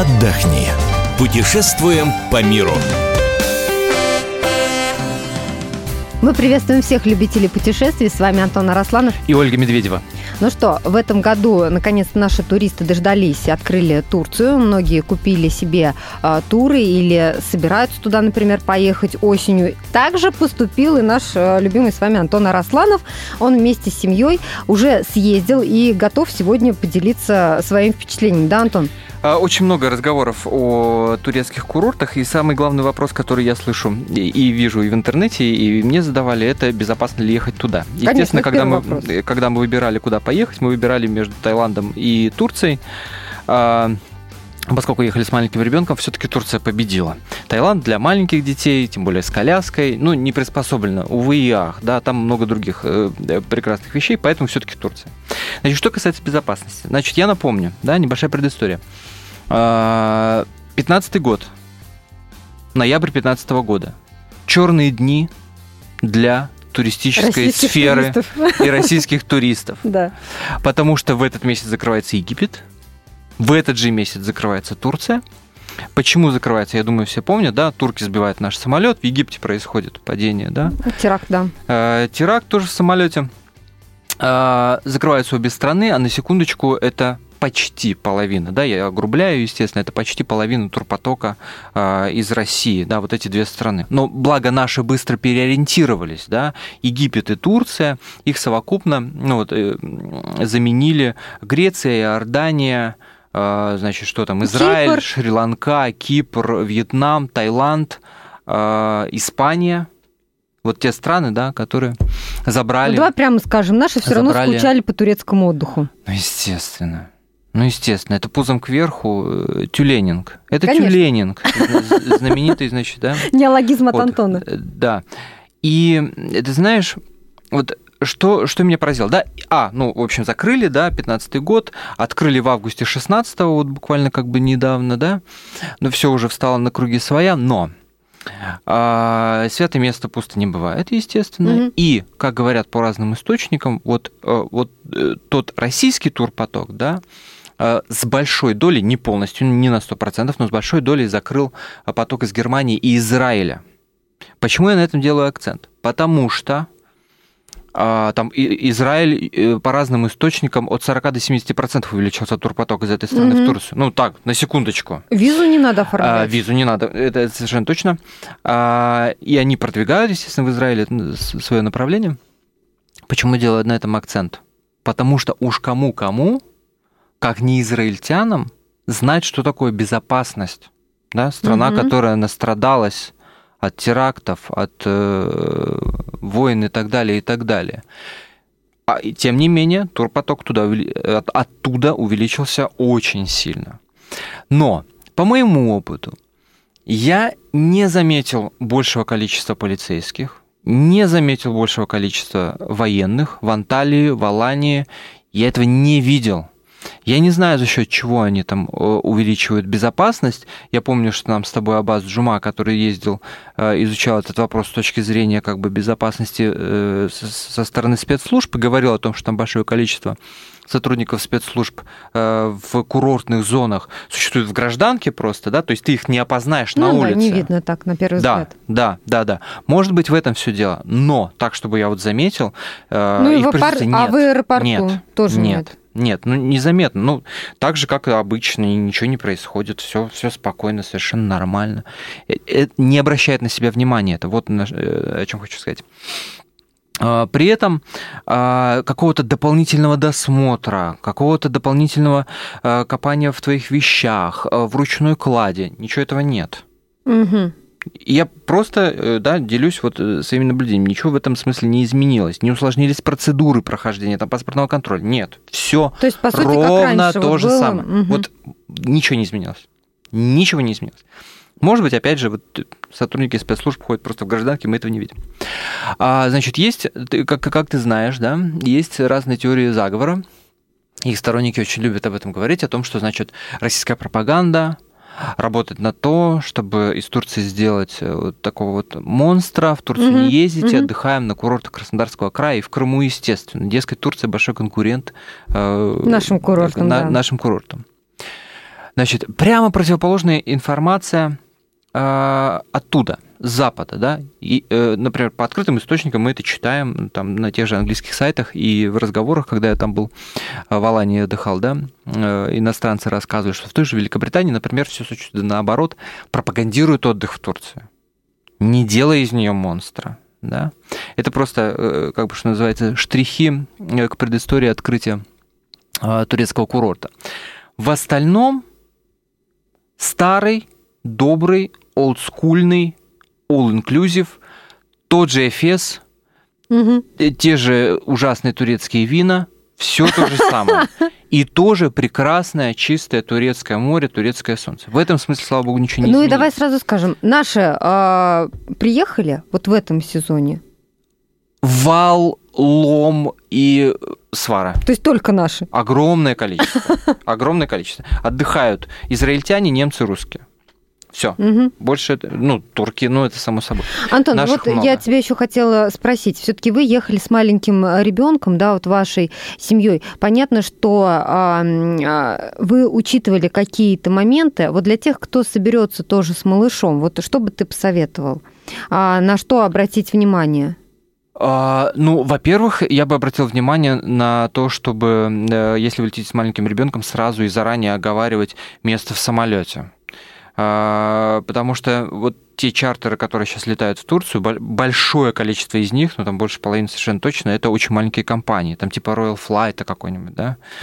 отдохни. Путешествуем по миру. Мы приветствуем всех любителей путешествий. С вами Антон Арасланов и Ольга Медведева. Ну что, в этом году, наконец-то, наши туристы дождались и открыли Турцию. Многие купили себе туры или собираются туда, например, поехать осенью. Также поступил и наш любимый с вами Антон Арасланов. Он вместе с семьей уже съездил и готов сегодня поделиться своим впечатлением. Да, Антон? Очень много разговоров о турецких курортах, и самый главный вопрос, который я слышу и вижу и в интернете, и мне задавали, это безопасно ли ехать туда. Конечно, естественно, когда мы выбирали, куда поехать, мы выбирали между Таиландом и Турцией. Поскольку ехали с маленьким ребенком, все-таки Турция победила. Таиланд для маленьких детей, тем более с коляской, не приспособлено, увы и ах, да, там много других прекрасных вещей, поэтому все-таки Турция. Значит, что касается безопасности, значит, я напомню, да, небольшая предыстория. 15-й год, ноябрь 15-го года, черные дни для туристической сферы и российских туристов, да. Потому что в этот месяц закрывается Египет. В этот же месяц закрывается Турция. Почему закрывается? Я думаю, все помнят, да? Турки сбивают наш самолет, в Египте происходит падение, да? Теракт, да. Теракт тоже в самолете. Закрываются обе страны, а на секундочку это почти половина, да, я огрубляю, естественно, это почти половина турпотока из России, да, вот эти две страны. Но благо наши быстро переориентировались, да, Египет и Турция, их совокупно заменили Греция, Иордания, значит, что там, Израиль, Кипр. Шри-Ланка, Кипр, Вьетнам, Таиланд, Испания. Вот те страны, да, которые забрали... давай прямо скажем, наши все равно скучали по турецкому отдыху. Естественно, это пузом кверху тюленинг. Это Конечно. Тюленинг, знаменитый, значит, да? Неологизм от Антона. Да. И ты знаешь, вот что меня поразило, да? В общем, закрыли, да, 15-й год, открыли в августе 16-го, вот буквально как бы недавно, да, но все уже встало на круги своя, но святое место пусто не бывает, естественно, mm-hmm. И, как говорят по разным источникам, вот тот российский турпоток, да, с большой долей, не полностью, не на 100%, но с большой долей закрыл поток из Германии и Израиля. Почему я на этом делаю акцент? Потому что там Израиль по разным источникам от 40 до 70% увеличился турпоток из этой страны в Турцию. Так, на секундочку. Визу не надо оформлять. Визу не надо, это совершенно точно. И они продвигают, естественно, в Израиле свое направление. Почему делают на этом акцент? Потому что уж кому-кому, как не израильтянам, знать, что такое безопасность. Да? Страна, которая настрадалась от терактов, от войн и так далее, и так далее. И тем не менее, турпоток оттуда увеличился очень сильно. Но, по моему опыту, я не заметил большего количества полицейских, не заметил большего количества военных в Анталии, в Алании. Я этого не видел. Я не знаю, за счет чего они там увеличивают безопасность. Я помню, что нам с тобой Аббас Джума, который ездил, изучал этот вопрос с точки зрения как бы безопасности со стороны спецслужб, и говорил о том, что там большое количество сотрудников спецслужб в курортных зонах существует в гражданке просто, да, то есть ты их не опознаешь на улице. Не видно так, на первый взгляд. Да. Может быть, в этом все дело, но так, чтобы я вот заметил, их присутствие нет. А в аэропорту тоже нет? Нет, незаметно. Так же, как и обычно, ничего не происходит, все спокойно, совершенно нормально. Это не обращает на себя внимания. Это вот о чем хочу сказать. При этом какого-то дополнительного досмотра, какого-то дополнительного копания в твоих вещах, в ручной кладе, ничего этого нет. Угу. Я просто делюсь своими наблюдениями. Ничего в этом смысле не изменилось. Не усложнились процедуры прохождения паспортного контроля. Нет, все ровно то же самое. Угу. Ничего не изменилось. Ничего не изменилось. Может быть, опять же, сотрудники спецслужб ходят просто в гражданке, мы этого не видим. Значит, есть, как ты знаешь, да, есть разные теории заговора. Их сторонники очень любят об этом говорить, о том, что, значит, российская пропаганда работает на то, чтобы из Турции сделать вот такого вот монстра, в Турцию не ездите, отдыхаем на курортах Краснодарского края и в Крыму, естественно. Дескать, Турция большой конкурент нашим курортам. Нашим курортам. Значит, прямо противоположная информация оттуда, с Запада, да, и, например, по открытым источникам мы это читаем там на тех же английских сайтах и в разговорах, когда я там был в Алании отдыхал, да, иностранцы рассказывали, что в той же Великобритании, например, все наоборот, пропагандируют отдых в Турции, не делая из нее монстра, да. Это просто, как бы, что называется, штрихи к предыстории открытия турецкого курорта. В остальном старый, добрый, олдскульный, all-inclusive, тот же Эфес, те же ужасные турецкие вина, все то же самое. И тоже прекрасное, чистое турецкое море, турецкое солнце. В этом смысле, слава богу, ничего не изменилось. Ну и давай сразу скажем, наши приехали вот в этом сезоне? Вал, лом и свара. То есть только наши? Огромное количество. Огромное количество. Отдыхают израильтяне, немцы, русские. Все. Больше, турки, это само собой. Антон, наших вот много. я тебя еще хотела спросить. Все-таки вы ехали с маленьким ребенком, да, вот вашей семьей. Понятно, что вы учитывали какие-то моменты. Вот для тех, кто соберется тоже с малышом, вот что бы ты посоветовал? На что обратить внимание? Во-первых, я бы обратил внимание на то, чтобы, если вы летите с маленьким ребенком, сразу и заранее оговаривать место в самолете. Потому что вот те чартеры, которые сейчас летают в Турцию, большое количество из них, там больше половины совершенно точно, это очень маленькие компании, там типа Royal Flight какой-нибудь,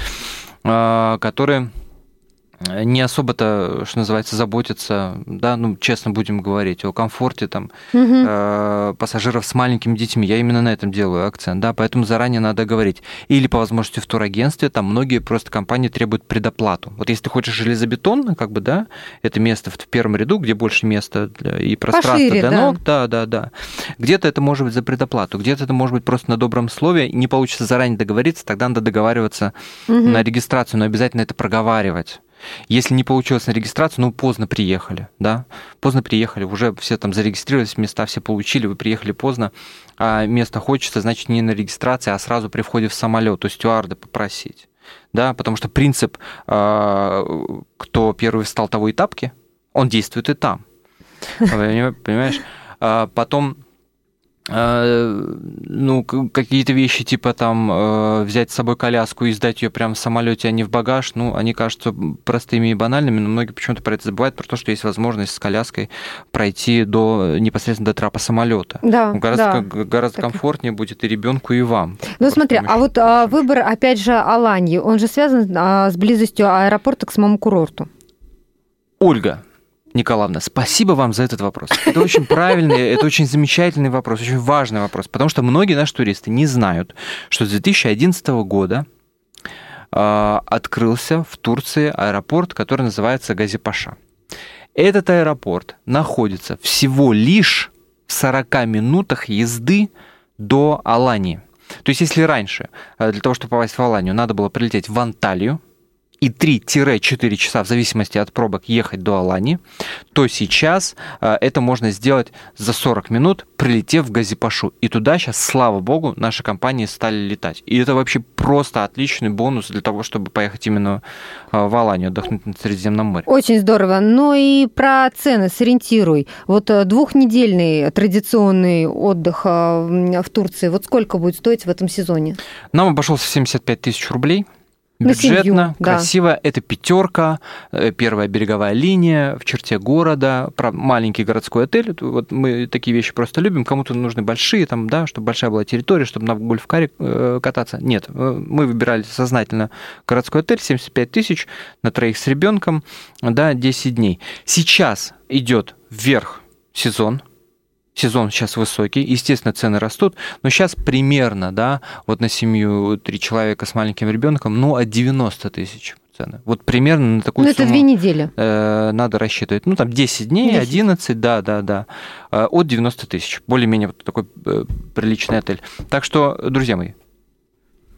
да, которые не особо-то, что называется, заботятся, да, честно будем говорить, о комфорте там пассажиров с маленькими детьми. Я именно на этом делаю акцент, да, поэтому заранее надо говорить. Или по возможности в турагентстве, там многие просто компании требуют предоплату. Вот если ты хочешь железобетонно, как бы, да, это место в первом ряду, где больше места и пространства пошире, для да. ног, да. Где-то это может быть за предоплату, где-то это может быть просто на добром слове, не получится заранее договориться, тогда надо договариваться на регистрацию, но обязательно это проговаривать. Если не получилось на регистрацию, поздно приехали, да, поздно приехали, уже все там зарегистрировались, места все получили, вы приехали поздно, а место хочется, значит, не на регистрации, а сразу при входе в самолет, у стюарда попросить, да, потому что принцип «кто первый встал, того и тапки», он действует и там, понимаешь, потом... какие-то вещи, типа там взять с собой коляску и сдать ее прямо в самолете, а не в багаж, они кажутся простыми и банальными, но многие почему-то про это забывают, про то, что есть возможность с коляской пройти непосредственно до трапа самолета. Да, гораздо комфортнее будет и ребенку, и вам. Смотри, а вот выбор, опять же, Аланьи, он же связан с близостью аэропорта к самому курорту. Ольга Николаевна, спасибо вам за этот вопрос. Это очень правильный, это очень замечательный вопрос, очень важный вопрос, потому что многие наши туристы не знают, что с 2011 года открылся в Турции аэропорт, который называется Гази-Паша. Этот аэропорт находится всего лишь в 40 минутах езды до Алании. То есть, если раньше для того, чтобы попасть в Аланию, надо было прилететь в Анталию, и 3-4 часа, в зависимости от пробок, ехать до Алании, то сейчас это можно сделать за 40 минут, прилетев в Гази-Пашу. И туда сейчас, слава богу, наши компании стали летать. И это вообще просто отличный бонус для того, чтобы поехать именно в Аланию, отдохнуть на Средиземном море. Очень здорово. Ну и про цены сориентируй. Вот двухнедельный традиционный отдых в Турции, вот сколько будет стоить в этом сезоне? Нам обошелся 75 тысяч рублей. На Бюджетно, семью, красиво. Да. Это пятерка, первая береговая линия в черте города, маленький городской отель. Вот мы такие вещи просто любим. Кому-то нужны большие, там, да, чтобы большая была территория, чтобы на гольф-каре кататься. Нет, мы выбирали сознательно городской отель, 75 тысяч на троих с ребенком, да, 10 дней. Сейчас идет вверх сезон. Сезон сейчас высокий, естественно, цены растут, но сейчас примерно, да, вот на семью 3 человека с маленьким ребенком, от 90 тысяч цены. Вот примерно на такую сумму. Это 2 недели. Надо рассчитывать. Там 10 дней, 11, да. От 90 тысяч. Более-менее вот такой приличный отель. Так что, друзья мои,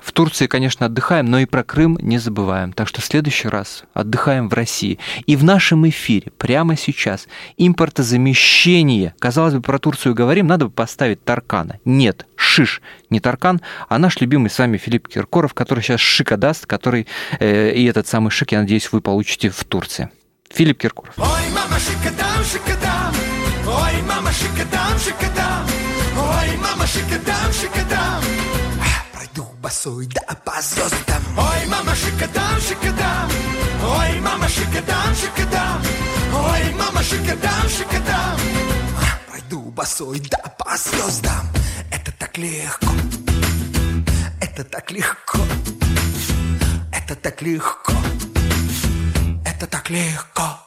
В Турции, конечно, отдыхаем, но и про Крым не забываем. Так что в следующий раз отдыхаем в России. И в нашем эфире прямо сейчас импортозамещение. Казалось бы, про Турцию говорим, надо бы поставить Таркана. Нет, шиш, не Таркан, а наш любимый с вами Филипп Киркоров, который сейчас шика даст, который и этот самый шик, я надеюсь, вы получите в Турции. Филипп Киркоров. Ой, мама, шикадам, шикадам. Ой, мама, шикадам, шикадам. Ой, мама, шикадам, шикадам. Пройду босой да по звездам. Ой, мама, шикадам, шикадам. Ой, мама, шикадам, шикадам. Ой, мама, шикадам, шикадам. Пройду босой да по звездам. Это так легко. Это так легко. Это так легко. Это так легко.